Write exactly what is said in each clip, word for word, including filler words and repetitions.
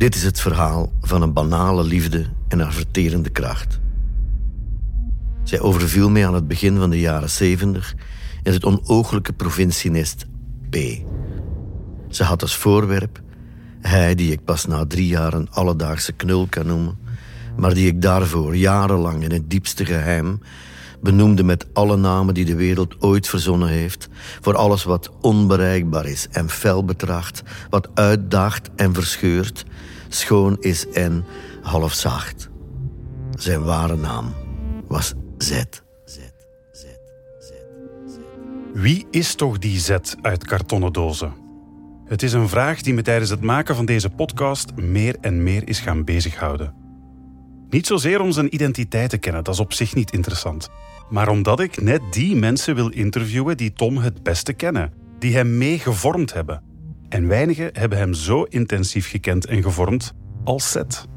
Dit is het verhaal van een banale liefde en haar verterende kracht. Zij overviel mij aan het begin van de jaren zeventig in het onooglijke provincienest P. Ze had als voorwerp hij die ik pas na drie jaar een alledaagse knul kan noemen, maar die ik daarvoor jarenlang in het diepste geheim benoemde met alle namen die de wereld ooit verzonnen heeft, voor alles wat onbereikbaar is en fel betracht, wat uitdaagt en verscheurt, schoon is en half zacht. Zijn ware naam was Z. Z, Z, Z, Z. Wie is toch die Z uit kartonnen dozen? Het is een vraag die me tijdens het maken van deze podcast meer en meer is gaan bezighouden. Niet zozeer om zijn identiteit te kennen, dat is op zich niet interessant. Maar omdat ik net die mensen wil interviewen die Tom het beste kennen, die hem mee gevormd hebben. En weinigen hebben hem zo intensief gekend en gevormd als Z.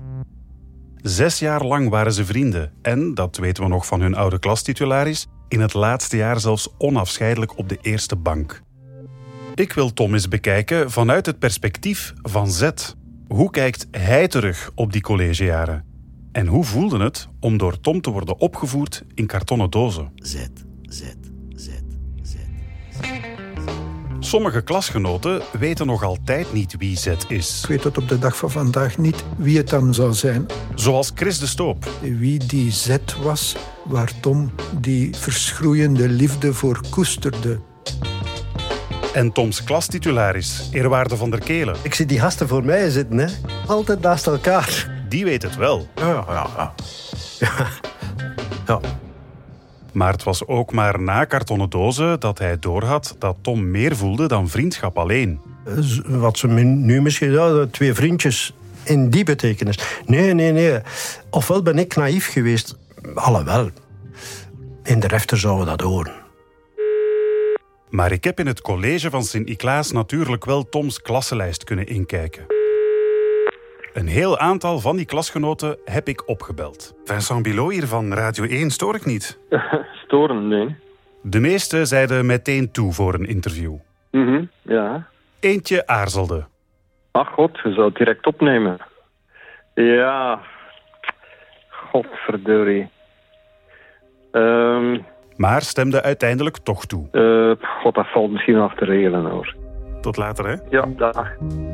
Zes jaar lang waren ze vrienden en, dat weten we nog van hun oude klastitularis, in het laatste jaar zelfs onafscheidelijk op de eerste bank. Ik wil Tom eens bekijken vanuit het perspectief van Z. Hoe kijkt hij terug op die collegejaren? En hoe voelde het om door Tom te worden opgevoerd in kartonnen dozen? Z, Z, Z, Z. Sommige klasgenoten weten nog altijd niet wie Z is. Ik weet tot op de dag van vandaag niet wie het dan zou zijn. Zoals Chris de Stoop. Wie die Z was, waar Tom die verschroeiende liefde voor koesterde. En Toms klastitularis, Eerwaarde van der Kelen. Ik zie die gasten voor mij zitten, hè. Altijd naast elkaar. Die weet het wel. Ja, ja, ja. Ja. Ja. Maar het was ook maar na kartonnen dozen dat hij doorhad dat Tom meer voelde dan vriendschap alleen. Wat ze nu misschien ja, twee vriendjes in die betekenis. Nee, nee, nee. Ofwel ben ik naïef geweest. Alhoewel, in de refter zouden we dat horen. Maar ik heb in het college van Sint-Niklaas natuurlijk wel Toms klassenlijst kunnen inkijken. Een heel aantal van die klasgenoten heb ik opgebeld. Vincent Bilot hier van Radio één, stoor ik niet? Storen, nee. De meesten zeiden meteen toe voor een interview. Mm-hmm, ja. Eentje aarzelde. Ach god, je zou het direct opnemen. Ja. Godverdorie. Um, maar stemde uiteindelijk toch toe. Uh, god, dat valt misschien af te regelen, hoor. Tot later, hè? Ja, dag.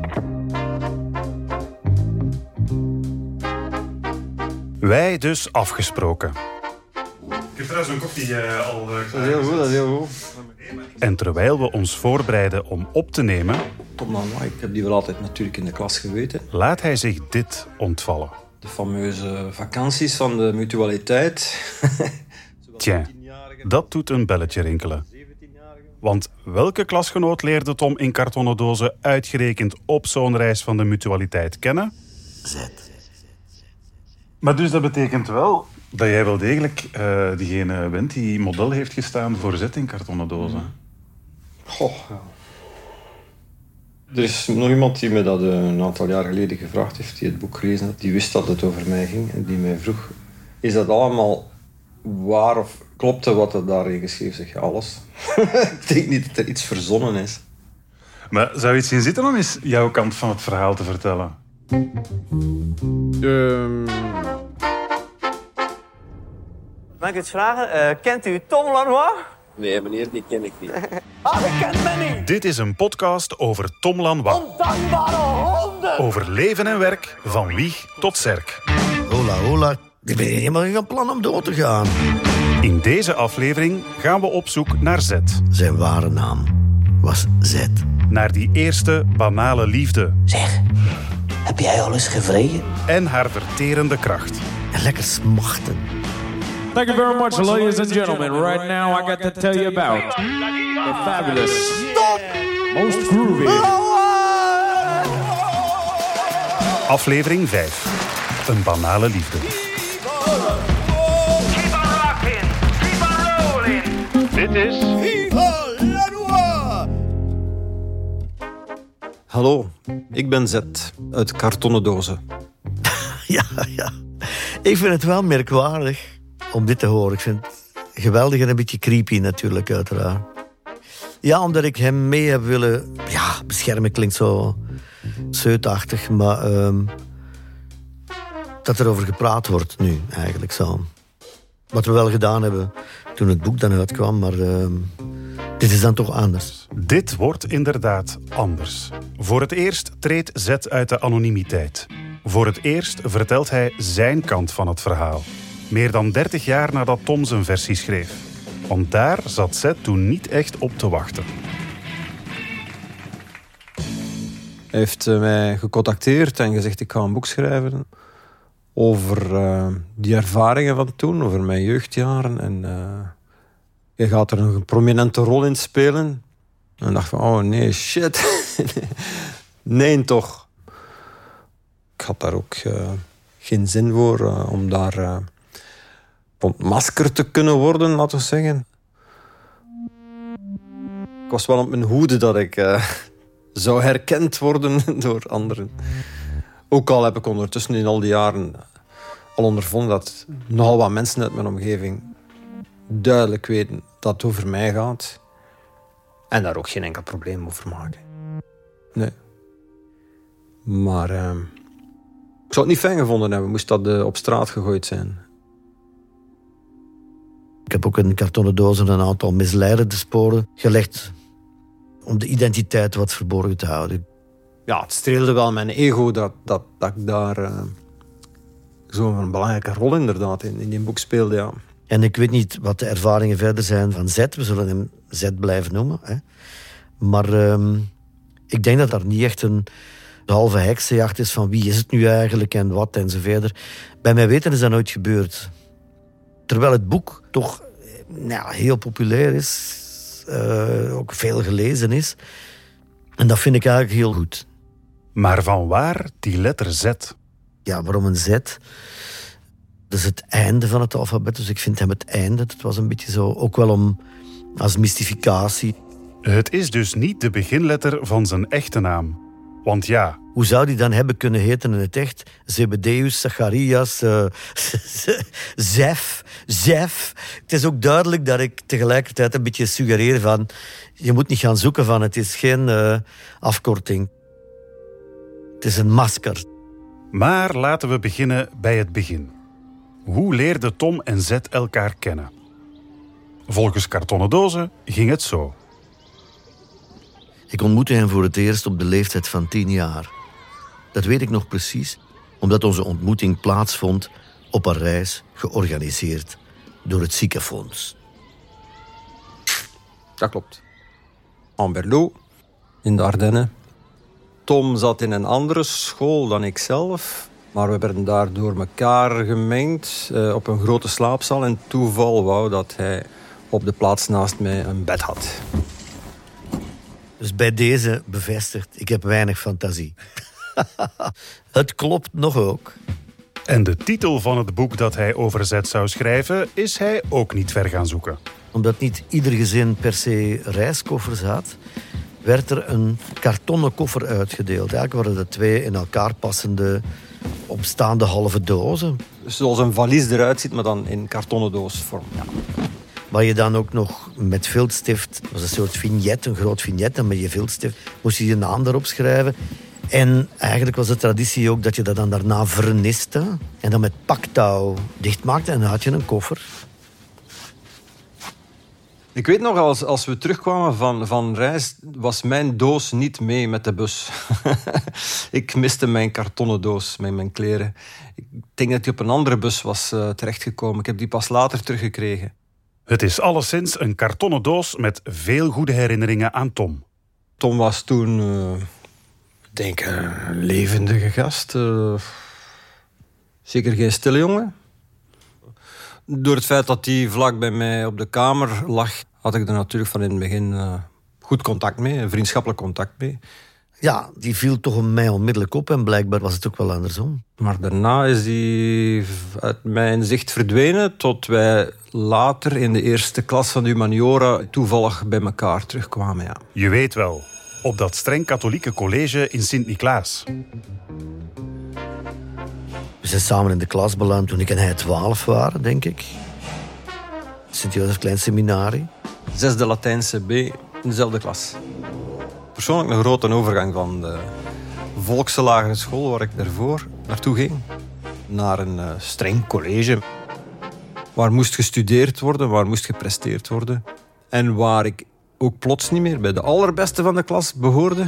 Wij dus afgesproken. Ik heb trouwens een koffie uh, al... Uh, dat is heel goed, dat is heel goed. En terwijl we ons voorbereiden om op te nemen... Tom Lanois, ik heb die wel altijd natuurlijk in de klas geweten. Laat hij zich dit ontvallen. De fameuze vakanties van de mutualiteit. Tja, dat doet een belletje rinkelen. Want welke klasgenoot leerde Tom in kartonnen dozen uitgerekend op zo'n reis van de mutualiteit kennen? Z. Maar dus dat betekent wel dat jij wel degelijk uh, diegene bent die model heeft gestaan voor Z in kartonnen dozen. Goh, ja. Er is nog iemand die me dat een aantal jaar geleden gevraagd heeft, die het boek gelezen had. Die wist dat het over mij ging en die mij vroeg, is dat allemaal waar of klopte wat er daarin geschreven? Zeg je alles? Ik denk niet dat er iets verzonnen is. Maar zou je iets zien zitten om eens jouw kant van het verhaal te vertellen? Um... Mag ik iets vragen? Uh, kent u Tom Lanois? Nee, meneer, die ken ik niet. Ah, ik ken me niet! Dit is een podcast over Tom Lanois. Ondankbare honden! Over leven en werk, van wieg tot zerk. Hola, hola. Ik ben helemaal geen plan om dood te gaan. In deze aflevering gaan we op zoek naar Z. Zijn ware naam was Z. Naar die eerste banale liefde. Zeg, heb jij al eens gevreden? En haar verterende kracht. En lekker smachten. Thank you very much, ladies and gentlemen. Right now I got to tell you about the fabulous, most groovy. Aflevering vijf. Een banale liefde. Keep on rocking, keep on rolling. Dit is... Hallo, ik ben Z, uit kartonnen dozen. Ja, ja. Ik vind het wel merkwaardig om dit te horen. Ik vind het geweldig en een beetje creepy natuurlijk, uiteraard. Ja, omdat ik hem mee heb willen ja, ja, beschermen klinkt zo zeutachtig, maar um, dat er over gepraat wordt nu eigenlijk zo. Wat we wel gedaan hebben toen het boek dan uitkwam, maar um, dit is dan toch anders. Dit wordt inderdaad anders. Voor het eerst treedt Z uit de anonimiteit. Voor het eerst vertelt hij zijn kant van het verhaal. Meer dan dertig jaar nadat Tom zijn versie schreef. Want daar zat Z toen niet echt op te wachten. Hij heeft mij gecontacteerd en gezegd ik ga een boek schrijven over uh, die ervaringen van toen, over mijn jeugdjaren. En uh, hij gaat er een prominente rol in spelen. En ik dacht van, oh nee, shit. Nee, toch. Ik had daar ook uh, geen zin voor uh, om daar uh, ontmaskerd te kunnen worden, laten we zeggen. Ik was wel op mijn hoede dat ik uh, zou herkend worden door anderen. Ook al heb ik ondertussen in al die jaren al ondervonden dat nogal wat mensen uit mijn omgeving duidelijk weten dat het over mij gaat. En daar ook geen enkel probleem over maken. Nee. Maar uh, ik zou het niet fijn gevonden hebben, moest dat uh, op straat gegooid zijn. Ik heb ook in kartonnen dozen een aantal misleidende sporen gelegd om de identiteit wat verborgen te houden. Ja, het streelde wel mijn ego dat, dat, dat ik daar uh, zo'n belangrijke rol inderdaad in, in die boek speelde, ja. En ik weet niet wat de ervaringen verder zijn van Z. We zullen hem Z blijven noemen. Hè. Maar um, ik denk dat er niet echt een halve heksenjacht is van wie is het nu eigenlijk en wat enzovoort. Bij mijn weten is dat nooit gebeurd. Terwijl het boek toch nou, heel populair is, uh, ook veel gelezen is. En dat vind ik eigenlijk heel goed. Maar vanwaar die letter Z? Ja, waarom een Z? Dat is het einde van het alfabet, dus ik vind hem het einde. Het was een beetje zo, ook wel om als mystificatie. Het is dus niet de beginletter van zijn echte naam. Want ja... Hoe zou die dan hebben kunnen heten in het echt? Zebedeus, Zacharias, uh, Zef, Zef. Het is ook duidelijk dat ik tegelijkertijd een beetje suggereer van... Je moet niet gaan zoeken van, het is geen uh, afkorting. Het is een masker. Maar laten we beginnen bij het begin. Hoe leerden Tom en Z elkaar kennen? Volgens kartonnen dozen ging het zo. Ik ontmoette hem voor het eerst op de leeftijd van tien jaar. Dat weet ik nog precies, omdat onze ontmoeting plaatsvond op een reis georganiseerd door het ziekenfonds. Dat klopt. En Berlo, in de Ardennen. Tom zat in een andere school dan ik zelf, maar we werden daar door elkaar gemengd uh, op een grote slaapzaal. En toeval wou dat hij op de plaats naast mij een bed had. Dus bij deze bevestigd, ik heb weinig fantasie. Het klopt nog ook. En de titel van het boek dat hij over Z zou schrijven, is hij ook niet ver gaan zoeken. Omdat niet ieder gezin per se reiskoffers had, werd er een kartonnen koffer uitgedeeld. Eigenlijk waren er twee in elkaar passende, opstaande halve dozen. Zoals een valies eruit ziet, maar dan in kartonnen doosvorm. Ja. Waar je dan ook nog met viltstift, dat was een soort vignet, een groot vignet, en met je viltstift moest je je naam erop schrijven. En eigenlijk was de traditie ook dat je dat dan daarna verniste en dan met paktouw dichtmaakte en dan had je een koffer. Ik weet nog, als, als we terugkwamen van, van reis, was mijn doos niet mee met de bus. Ik miste mijn kartonnen doos met mijn kleren. Ik denk dat die op een andere bus was uh, terechtgekomen. Ik heb die pas later teruggekregen. Het is alleszins een kartonnen doos met veel goede herinneringen aan Tom. Tom was toen, uh, ik denk, een levendige gast. Uh, zeker geen stille jongen. Door het feit dat hij vlak bij mij op de kamer lag, had ik er natuurlijk van in het begin uh, goed contact mee, een vriendschappelijk contact mee. Ja, die viel toch mij onmiddellijk op en blijkbaar was het ook wel andersom. Maar daarna is die uit mijn zicht verdwenen, tot wij later in de eerste klas van de humaniora toevallig bij elkaar terugkwamen. Ja. Je weet wel, op dat streng katholieke college in Sint-Niklaas. We zijn samen in de klas beland toen ik en hij twaalf waren, denk ik. Sint-Jozef Klein Seminarie. Zesde Latijnse B in dezelfde klas. persoonlijk een grote overgang van de volkse lagere school, waar ik daarvoor naartoe ging, naar een uh, streng college. Waar moest gestudeerd worden, waar moest gepresteerd worden. En waar ik ook plots niet meer bij de allerbeste van de klas behoorde.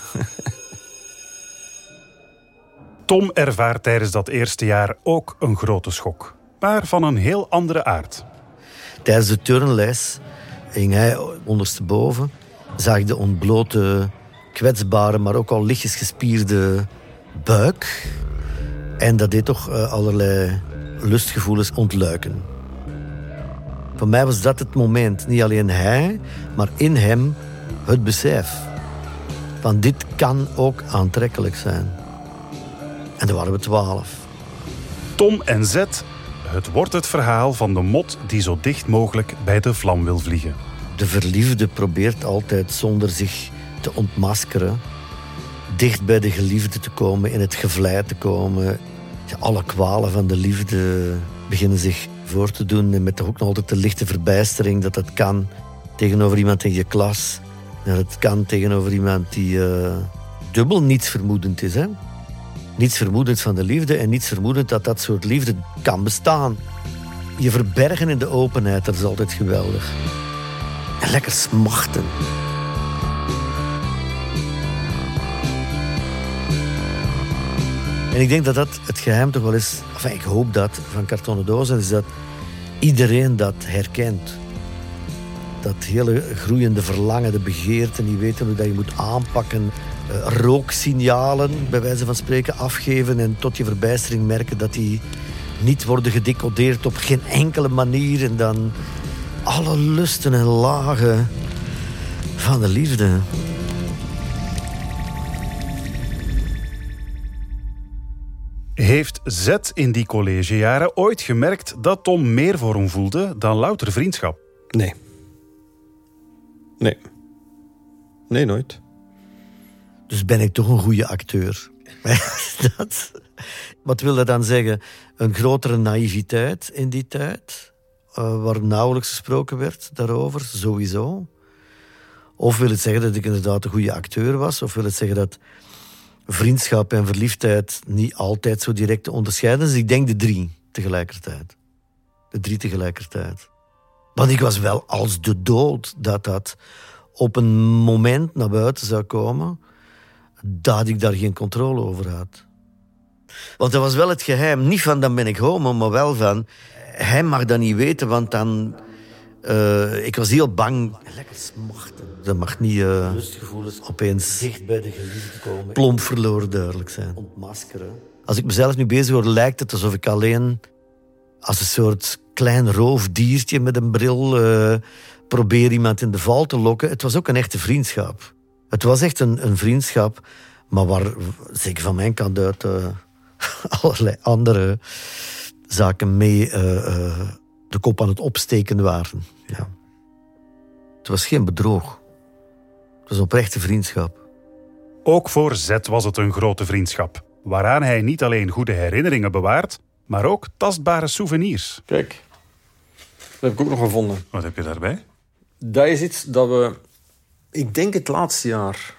Tom ervaart tijdens dat eerste jaar ook een grote schok. Maar van een heel andere aard. Tijdens de turnles ging hij ondersteboven. Zag ik de ontblote, kwetsbare, maar ook al lichtjes gespierde buik. En dat deed toch uh, allerlei lustgevoelens ontluiken. Voor mij was dat het moment. Niet alleen hij, maar in hem het besef. Van dit kan ook aantrekkelijk zijn. En dan waren we twaalf. Tom en Zet, het wordt het verhaal van de mot die zo dicht mogelijk bij de vlam wil vliegen. De verliefde probeert altijd zonder zich te ontmaskeren dicht bij de geliefde te komen, in het gevlei te komen. Ja, alle kwalen van de liefde beginnen zich voor te doen. En met toch ook nog altijd de lichte verbijstering dat dat kan tegenover iemand in je klas. Dat het kan tegenover iemand die uh, dubbel niets vermoedend is. Hè? Niets vermoedend van de liefde en niets vermoedend dat dat soort liefde kan bestaan. Je verbergen in de openheid, dat is altijd geweldig. En lekker smachten. En ik denk dat dat het geheim toch wel is, enfin, ik hoop dat, van Kartonnen Dozen, is dat iedereen dat herkent. Dat hele groeiende verlangen, de begeerte, niet weten hoe dat je moet aanpakken. Uh, rooksignalen, bij wijze van spreken, afgeven en tot je verbijstering merken dat die niet worden gedecodeerd op geen enkele manier. En dan alle lusten en lagen van de liefde. Heeft Zet in die collegejaren ooit gemerkt dat Tom meer voor hem voelde dan louter vriendschap? Nee. Nee. Nee, nooit. Dus ben ik toch een goede acteur. dat, wat wil dat dan zeggen? Een grotere naïviteit in die tijd, uh, waar nauwelijks gesproken werd daarover, sowieso. Of wil het zeggen dat ik inderdaad een goede acteur was? Of wil het zeggen dat vriendschap en verliefdheid niet altijd zo direct te onderscheiden is? Ik denk de drie tegelijkertijd. De drie tegelijkertijd. Want ik was wel als de dood dat dat op een moment naar buiten zou komen dat ik daar geen controle over had. Want dat was wel het geheim. Niet van dan ben ik homo, maar wel van hij mag dat niet weten, want dan uh, ik was heel bang. Lekker smachten. Dat mag niet uh, opeens dicht bij de geliefde komen. Plomp verloren duidelijk zijn. Ontmaskeren. Als ik mezelf nu bezig hoor, lijkt het alsof ik alleen als een soort klein roofdiertje met een bril uh, probeer iemand in de val te lokken. Het was ook een echte vriendschap. Het was echt een, een vriendschap, maar waar, zeker van mijn kant uit, uh, allerlei andere zaken mee uh, uh, de kop aan het opsteken waren. Ja. Het was geen bedrog. Het was een oprechte vriendschap. Ook voor Zet was het een grote vriendschap, waaraan hij niet alleen goede herinneringen bewaart, maar ook tastbare souvenirs. Kijk, dat heb ik ook nog gevonden. Wat heb je daarbij? Dat is iets dat we, ik denk het laatste jaar,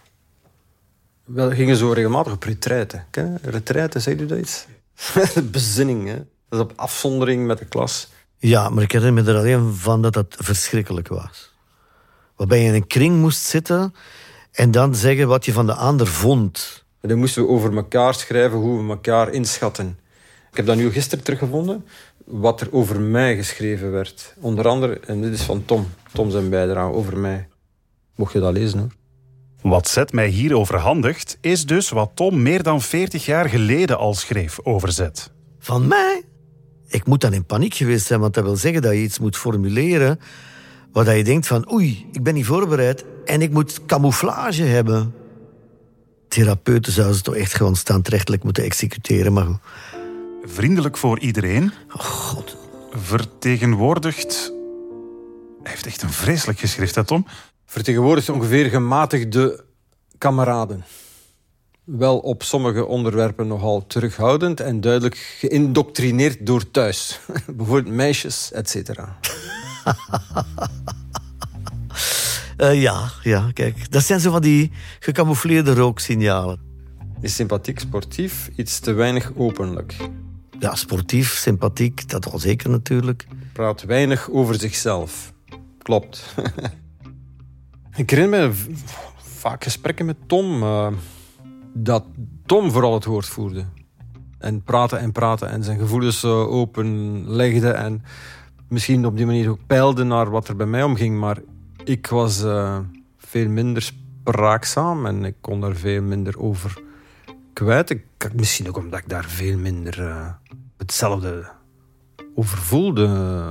we gingen zo regelmatig op retraite. Retraite, zeg je dat iets? Bezinning, hè. Dat is op afzondering met de klas. Ja, maar ik herinner me er alleen van dat dat verschrikkelijk was. Waarbij je in een kring moest zitten en dan zeggen wat je van de ander vond. En dan moesten we over elkaar schrijven hoe we elkaar inschatten. Ik heb dat nu gisteren teruggevonden, wat er over mij geschreven werd. Onder andere, en dit is van Tom, Tom zijn bijdrage over mij. Mocht je dat lezen, hoor. Wat Zet mij hier overhandigt, is dus wat Tom meer dan veertig jaar geleden al schreef over Zet. Van mij? Ik moet dan in paniek geweest zijn, want dat wil zeggen dat je iets moet formuleren waar je denkt van, oei, ik ben niet voorbereid en ik moet camouflage hebben. Therapeuten zouden ze toch echt gewoon standrechtelijk moeten executeren, maar goed. Vriendelijk voor iedereen. Oh, God. Vertegenwoordigt... Hij heeft echt een vreselijk geschrift, hè, Tom? Vertegenwoordigt ongeveer gematigde kameraden. Wel op sommige onderwerpen nogal terughoudend en duidelijk geïndoctrineerd door thuis. Bijvoorbeeld meisjes, et cetera. Uh, ja, ja, kijk. Dat zijn zo van die gecamoufleerde rooksignalen. Is sympathiek, sportief, iets te weinig openlijk. Ja, sportief, sympathiek, dat wel zeker natuurlijk. Praat weinig over zichzelf. Klopt. Ik herinner me v- vaak gesprekken met Tom. Uh, dat Tom vooral het woord voerde. En praten en praten en zijn gevoelens uh, openlegde. En misschien op die manier ook peilde naar wat er bij mij omging. Maar ik was uh, veel minder spraakzaam en ik kon daar veel minder over kwijt. Ik, misschien ook omdat ik daar veel minder uh, hetzelfde over voelde.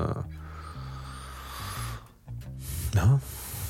Ja.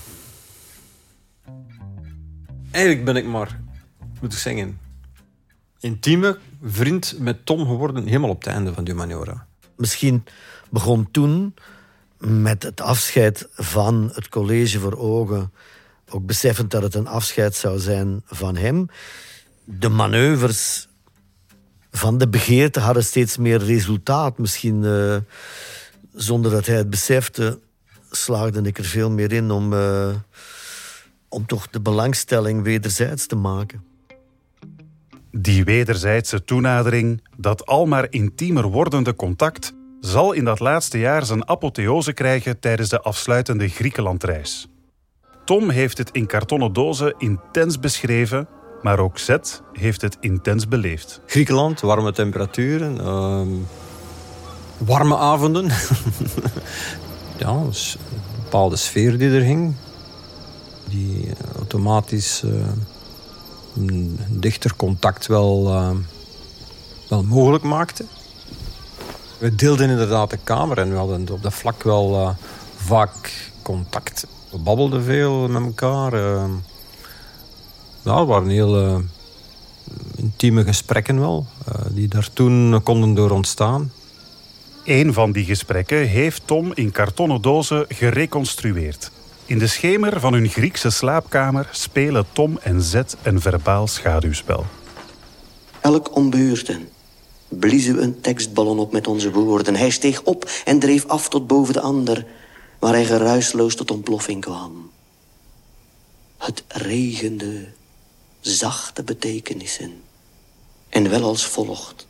Eigenlijk ben ik maar, moet ik zeggen, intieme vriend met Tom geworden, helemaal op het einde van de Humaniora. Misschien begon toen met het afscheid van het college voor ogen, ook beseffend dat het een afscheid zou zijn van hem. De manoeuvres van de begeerte hadden steeds meer resultaat. Misschien uh, zonder dat hij het besefte, slaagde ik er veel meer in om, uh, om toch de belangstelling wederzijds te maken. Die wederzijdse toenadering, dat almaar intiemer wordende contact, zal in dat laatste jaar zijn apotheose krijgen tijdens de afsluitende Griekenlandreis. Tom heeft het in kartonnen dozen intens beschreven, maar ook Zet heeft het intens beleefd. Griekenland, warme temperaturen, uh, warme avonden. Ja, een bepaalde sfeer die er hing, die uh, automatisch uh, een dichter contact wel, uh, wel mogelijk maakte. We deelden inderdaad de kamer en we hadden op dat vlak wel uh, vaak contact. We babbelden veel met elkaar. Uh, ja, het waren heel uh, intieme gesprekken wel, uh, die daar toen konden door ontstaan. Een van die gesprekken heeft Tom in kartonnen dozen gereconstrueerd. In de schemer van hun Griekse slaapkamer spelen Tom en Zet een verbaal schaduwspel. Elk om beurten bliezen we een tekstballon op met onze woorden. Hij steeg op en dreef af tot boven de ander, waar hij geruisloos tot ontploffing kwam. Het regende zachte betekenissen en wel als volgt.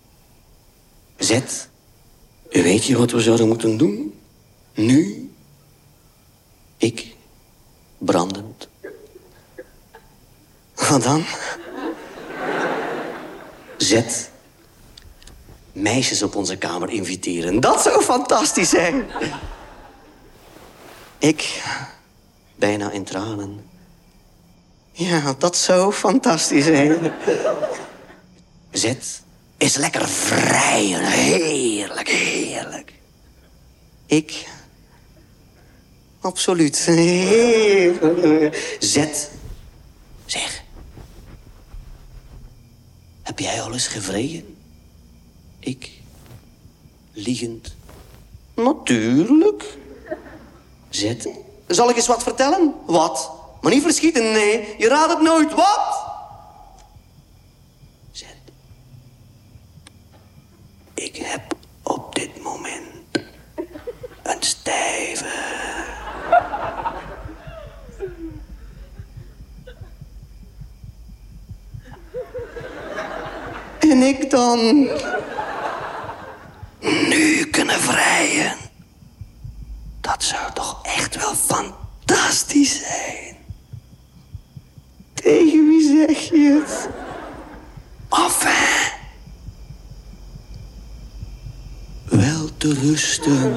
Zet, weet je wat we zouden moeten doen? Nu? Ik, brandend. Wat dan? Zet, meisjes op onze kamer inviteren. Dat zou fantastisch zijn. Ik, bijna in tranen. Ja, dat zou fantastisch zijn. Zet, is lekker vrijen. Heerlijk, heerlijk. Ik, absoluut. Heerlijk. Zet, zeg. Heb jij al eens gevreden? Ik, liegend. Natuurlijk. Zet. Zal ik eens wat vertellen? Wat? Maar niet verschieten, nee. Je raadt het nooit. Wat? Zet. Ik heb op dit moment een stijve. En ik dan nu kunnen vrijen. Dat zou toch echt wel fantastisch zijn. Tegen wie zeg je het? Enfin. Wel te rusten.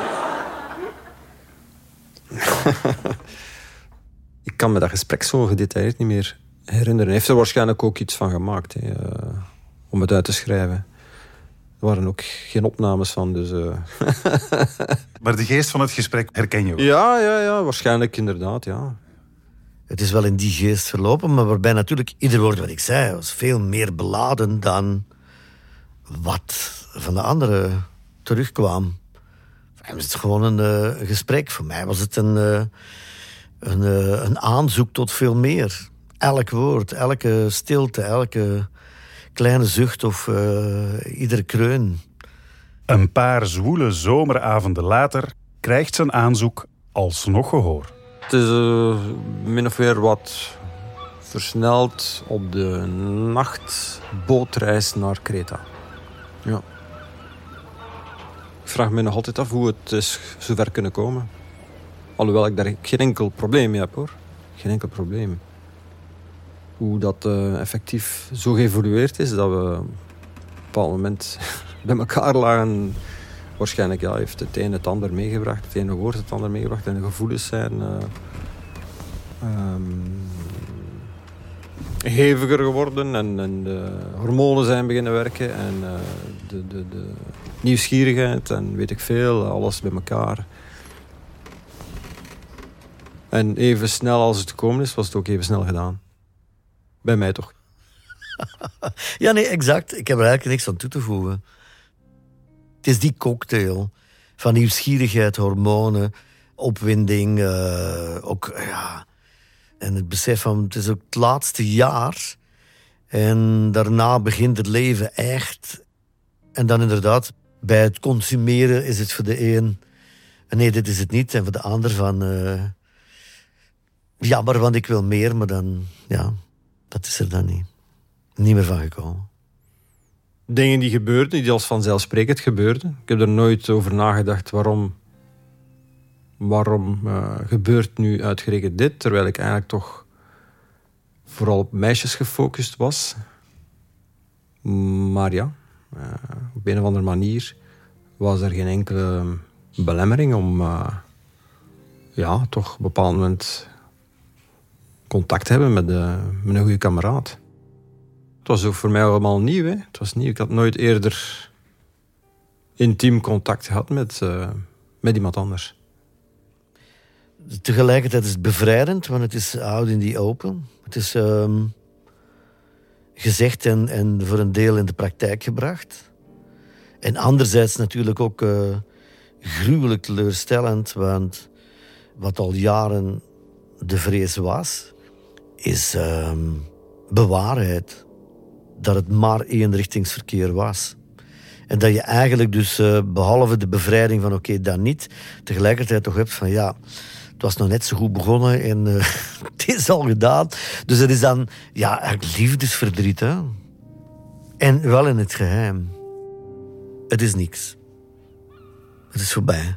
Ik kan me dat gesprek zo gedetailleerd niet meer herinneren. Hij heeft er waarschijnlijk ook iets van gemaakt, hè, uh, om het uit te schrijven. Er waren ook geen opnames van, dus... Uh... Maar de geest van het gesprek herken je ook? Ja, ja, ja, waarschijnlijk inderdaad, ja. Het is wel in die geest verlopen, maar waarbij natuurlijk ieder woord wat ik zei was veel meer beladen dan wat van de anderen terugkwam. Voor mij was het gewoon een uh, gesprek. Voor mij was het een, uh, een, uh, een aanzoek tot veel meer. Elk woord, elke stilte, elke kleine zucht of uh, iedere kreun. Een paar zwoele zomeravonden later krijgt zijn aanzoek alsnog gehoor. Het is uh, min of meer wat versneld op de nachtbootreis naar Kreta. Ja. Ik vraag me nog altijd af hoe het is zover kunnen komen. Alhoewel ik daar geen enkel probleem mee heb, hoor. Geen enkel probleem. Hoe dat uh, effectief zo geëvolueerd is dat we op een bepaald moment bij elkaar lagen. Waarschijnlijk ja, heeft het een het ander meegebracht. Het ene woord het ander meegebracht. En de gevoelens zijn uh, um, heviger geworden. En, en de hormonen zijn beginnen werken. En uh, de, de, de nieuwsgierigheid en weet ik veel. Alles bij elkaar. En even snel als het gekomen is, was het ook even snel gedaan. Bij mij toch. Ja, nee, exact. Ik heb er eigenlijk niks aan toe te voegen. Het is die cocktail van nieuwsgierigheid, hormonen, opwinding, uh, ook, ja... En het besef van, het is ook het laatste jaar. En daarna begint het leven echt. En dan inderdaad, bij het consumeren is het voor de een... Nee, dit is het niet. En voor de ander van... Uh, jammer, want ik wil meer, maar dan... Ja, dat is er dan niet. Niet meer van gekomen. Dingen die gebeurden, die als vanzelfsprekend gebeurden. Ik heb er nooit over nagedacht waarom... Waarom uh, gebeurt nu uitgerekend dit, terwijl ik eigenlijk toch vooral op meisjes gefocust was. Maar ja, uh, op een of andere manier was er geen enkele belemmering om uh, ja, toch op een bepaald moment contact te hebben met, de, met een goede kameraad. Het was ook voor mij allemaal nieuw. Hè? Het was nieuw. Ik had nooit eerder intiem contact gehad met, uh, met iemand anders. Tegelijkertijd is het bevrijdend, want het is out in the open. Het is um, gezegd en, en voor een deel in de praktijk gebracht. En anderzijds natuurlijk ook uh, gruwelijk teleurstellend, want wat al jaren de vrees was, is um, bewaarheid. Dat het maar eenrichtingsverkeer was. En dat je eigenlijk dus, uh, behalve de bevrijding van oké, okay, dat niet, tegelijkertijd toch hebt van ja... Het was nog net zo goed begonnen en uh, het is al gedaan. Dus het is dan ja, eigenlijk liefdesverdriet. Hè? En wel in het geheim. Het is niks. Het is voorbij.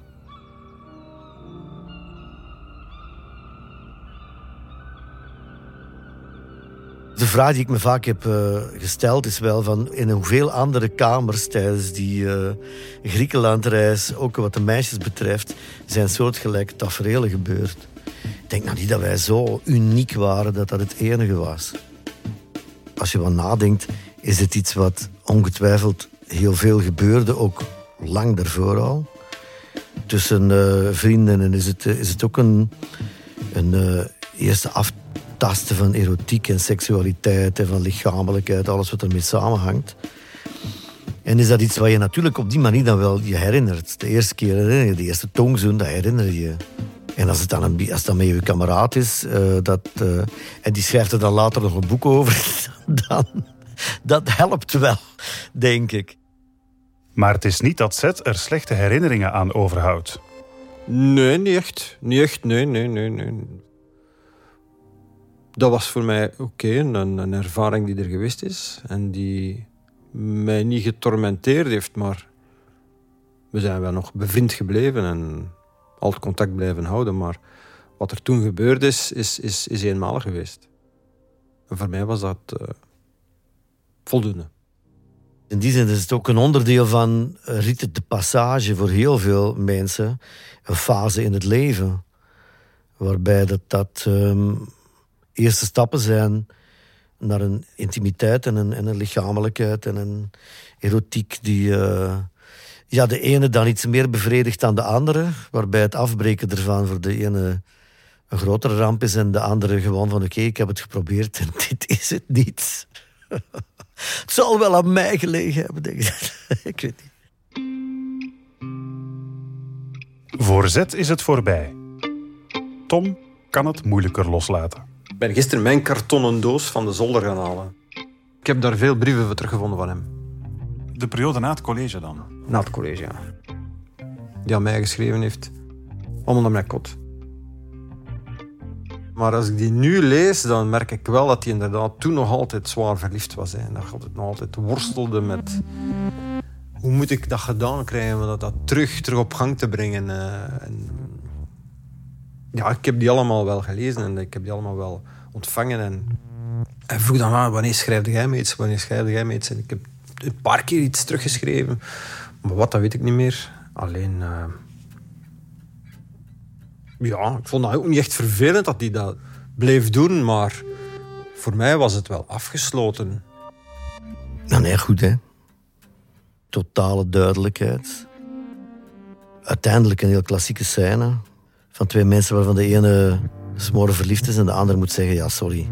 De vraag die ik me vaak heb uh, gesteld is wel van... in hoeveel andere kamers tijdens die uh, Griekenlandreis... ook wat de meisjes betreft... zijn soortgelijke taferelen gebeurd. Ik denk nou niet dat wij zo uniek waren dat dat het enige was. Als je wat nadenkt, is het iets wat ongetwijfeld heel veel gebeurde... ook lang daarvoor al. Tussen uh, vrienden en is het, uh, is het ook een, een uh, eerste af. tasten van erotiek en seksualiteit en van lichamelijkheid, alles wat ermee samenhangt. En is dat iets wat je natuurlijk op die manier dan wel je herinnert. De eerste keer herinner je, de eerste tongzoen, dat herinner je. En als het dan, een, als het dan met je kameraad is, uh, dat, uh, en die schrijft er dan later nog een boek over, dan, dat helpt wel, denk ik. Maar het is niet dat Zet er slechte herinneringen aan overhoudt. Nee, niet echt. Niet echt, nee, nee, nee, nee. Dat was voor mij oké, okay, een, een ervaring die er geweest is. En die mij niet getormenteerd heeft, maar we zijn wel nog bevriend gebleven en altijd contact blijven houden. Maar wat er toen gebeurd is, is, is, is eenmalig geweest. En voor mij was dat uh, voldoende. In die zin is het ook een onderdeel van rite de passage voor heel veel mensen. Een fase in het leven. Waarbij dat... dat um, eerste stappen zijn naar een intimiteit en een, en een lichamelijkheid en een erotiek die uh, ja, de ene dan iets meer bevredigt dan de andere, waarbij het afbreken ervan voor de ene een grotere ramp is en de andere gewoon van oké, okay, ik heb het geprobeerd en dit is het niet. Het zal wel aan mij gelegen hebben, denk ik. Ik weet niet. Voor Zet is het voorbij. Tom kan het moeilijker loslaten. Ik ben gisteren mijn kartonnen doos van de zolder gaan halen. Ik heb daar veel brieven voor teruggevonden van hem. De periode na het college dan? Na het college, ja. Die aan mij geschreven heeft. Allemaal naar mijn kot. Maar als ik die nu lees, dan merk ik wel dat hij inderdaad toen nog altijd zwaar verliefd was. Hè. En dat hij nog altijd worstelde met... Hoe moet ik dat gedaan krijgen om dat, dat terug, terug op gang te brengen? Uh, en... Ja, ik heb die allemaal wel gelezen en ik heb die allemaal wel ontvangen. En hij vroeg dan, ah, wanneer schrijf jij me iets? Wanneer schrijf jij me iets? En ik heb een paar keer iets teruggeschreven. Maar wat, dat weet ik niet meer. Alleen... Uh... Ja, ik vond dat ook niet echt vervelend dat hij dat bleef doen, maar voor mij was het wel afgesloten. Nou, nee, goed, hè. Totale duidelijkheid. Uiteindelijk een heel klassieke scène van twee mensen waarvan de ene smoren verliefd is en de andere moet zeggen, ja, sorry.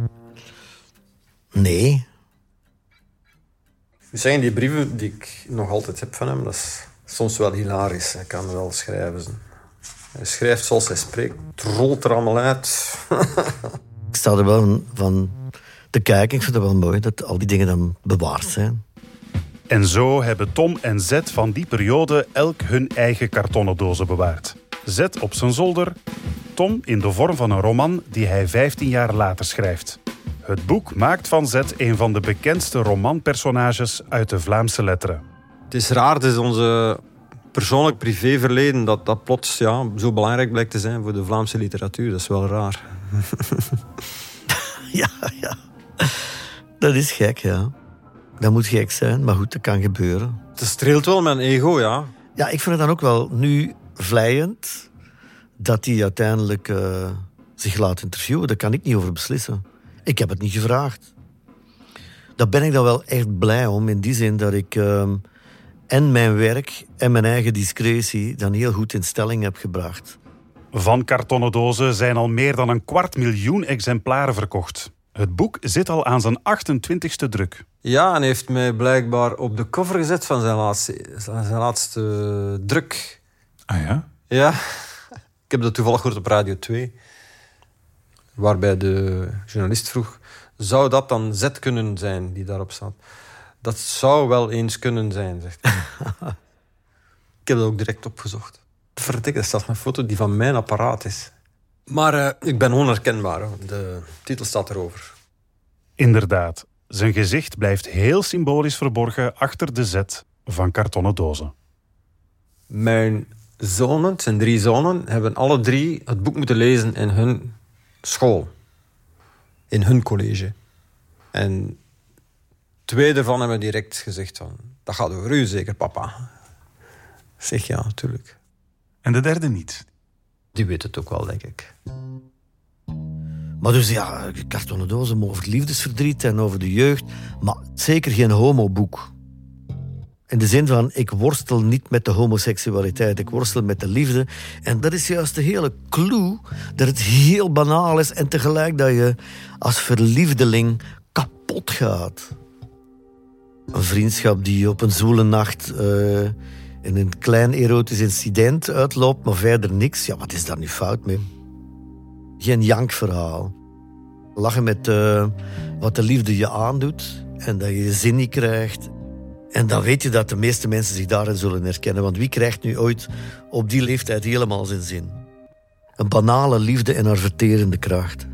Nee. Ik zeg, die brieven die ik nog altijd heb van hem, dat is soms wel hilarisch. Hij kan wel schrijven. Hij schrijft zoals hij spreekt. Het rolt er allemaal uit. Ik sta er wel van, van te kijken. Ik vind het wel mooi dat al die dingen dan bewaard zijn. En zo hebben Tom en Zet van die periode elk hun eigen kartonnen dozen bewaard. Zet op zijn zolder, Tom in de vorm van een roman die hij vijftien jaar later schrijft. Het boek maakt van Zet een van de bekendste romanpersonages uit de Vlaamse letteren. Het is raar, het is onze persoonlijk privéverleden dat dat plots ja, zo belangrijk blijkt te zijn voor de Vlaamse literatuur. Dat is wel raar. Ja, ja. Dat is gek, ja. Dat moet gek zijn, maar goed, dat kan gebeuren. Het streelt wel mijn ego, ja. Ja, ik vind het dan ook wel nu vleiend dat hij uiteindelijk uh, zich laat interviewen. Daar kan ik niet over beslissen. Ik heb het niet gevraagd. Daar ben ik dan wel echt blij om, in die zin dat ik uh, en mijn werk en mijn eigen discretie dan heel goed in stelling heb gebracht. Van kartonnen dozen zijn al meer dan een kwart miljoen exemplaren verkocht. Het boek zit al aan zijn achtentwintigste druk. Ja, en heeft mij blijkbaar op de cover gezet van zijn laatste, zijn laatste druk. Ah ja? Ja. Ik heb dat toevallig gehoord op Radio twee. Waarbij de journalist vroeg, zou dat dan Z kunnen zijn die daarop staat? Dat zou wel eens kunnen zijn, zegt hij. Ik heb dat ook direct opgezocht. Verdikke, er staat een foto die van mijn apparaat is. Maar uh, ik ben onherkenbaar. De titel staat erover. Inderdaad. Zijn gezicht blijft heel symbolisch verborgen achter de Z van kartonnen dozen. Mijn zonen, het zijn drie zonen, hebben alle drie het boek moeten lezen in hun school. In hun college. En twee daarvan hebben direct gezegd van, dat gaat over u zeker, papa. Ik zeg ja, natuurlijk. En de derde niet? Die weet het ook wel, denk ik. Maar dus ja, kartonnen dozen over het liefdesverdriet en over de jeugd, maar zeker geen homoboek. In de zin van, ik worstel niet met de homoseksualiteit, ik worstel met de liefde. En dat is juist de hele clue, dat het heel banaal is en tegelijk dat je als verliefdeling kapot gaat. Een vriendschap die op een zoele nacht uh, in een klein erotisch incident uitloopt, maar verder niks. Ja, wat is daar nu fout mee? Geen jankverhaal. Lachen met uh, wat de liefde je aandoet en dat je je zin niet krijgt. En dan weet je dat de meeste mensen zich daarin zullen herkennen. Want wie krijgt nu ooit op die leeftijd helemaal zijn zin? Een banale liefde en haar verterende kracht.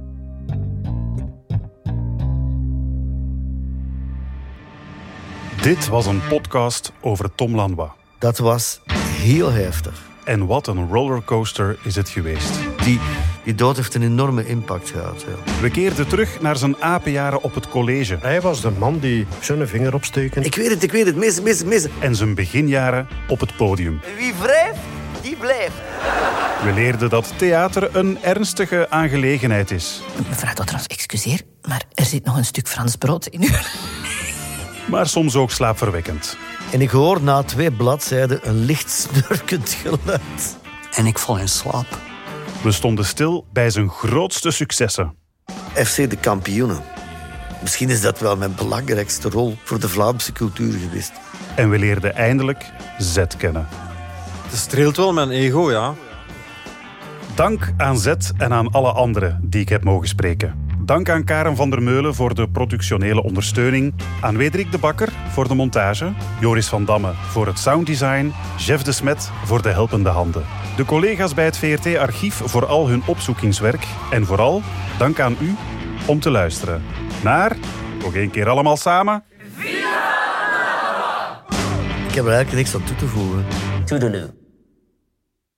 Dit was een podcast over Tom Lanois. Dat was heel heftig. En wat een rollercoaster is het geweest. Die, die dood heeft een enorme impact gehad. Ja. We keerden terug naar zijn apenjaren op het college. Hij was de man die zijn vinger opsteken. Ik weet het, ik weet het. Missen, missen, missen. En zijn beginjaren op het podium. Wie wrijft, die blijft. We leerden dat theater een ernstige aangelegenheid is. Mevrouw Dotrans, excuseer, maar er zit nog een stuk Frans brood in u. Maar soms ook slaapverwekkend. En ik hoor na twee bladzijden een licht snurkend geluid. En ik val in slaap. We stonden stil bij zijn grootste successen. F C de Kampioenen. Misschien is dat wel mijn belangrijkste rol voor de Vlaamse cultuur geweest. En we leerden eindelijk Z kennen. Het streelt wel mijn ego, ja. Dank aan Z en aan alle anderen die ik heb mogen spreken. Dank aan Karen van der Meulen voor de productionele ondersteuning, aan Wederik de Bakker voor de montage, Joris van Damme voor het sounddesign, Jeff de Smet voor de helpende handen. De collega's bij het V R T-archief voor al hun opzoekingswerk en vooral dank aan u om te luisteren naar, nog één keer allemaal samen... Ik heb er eigenlijk niks aan toe te voegen. Toedeloe.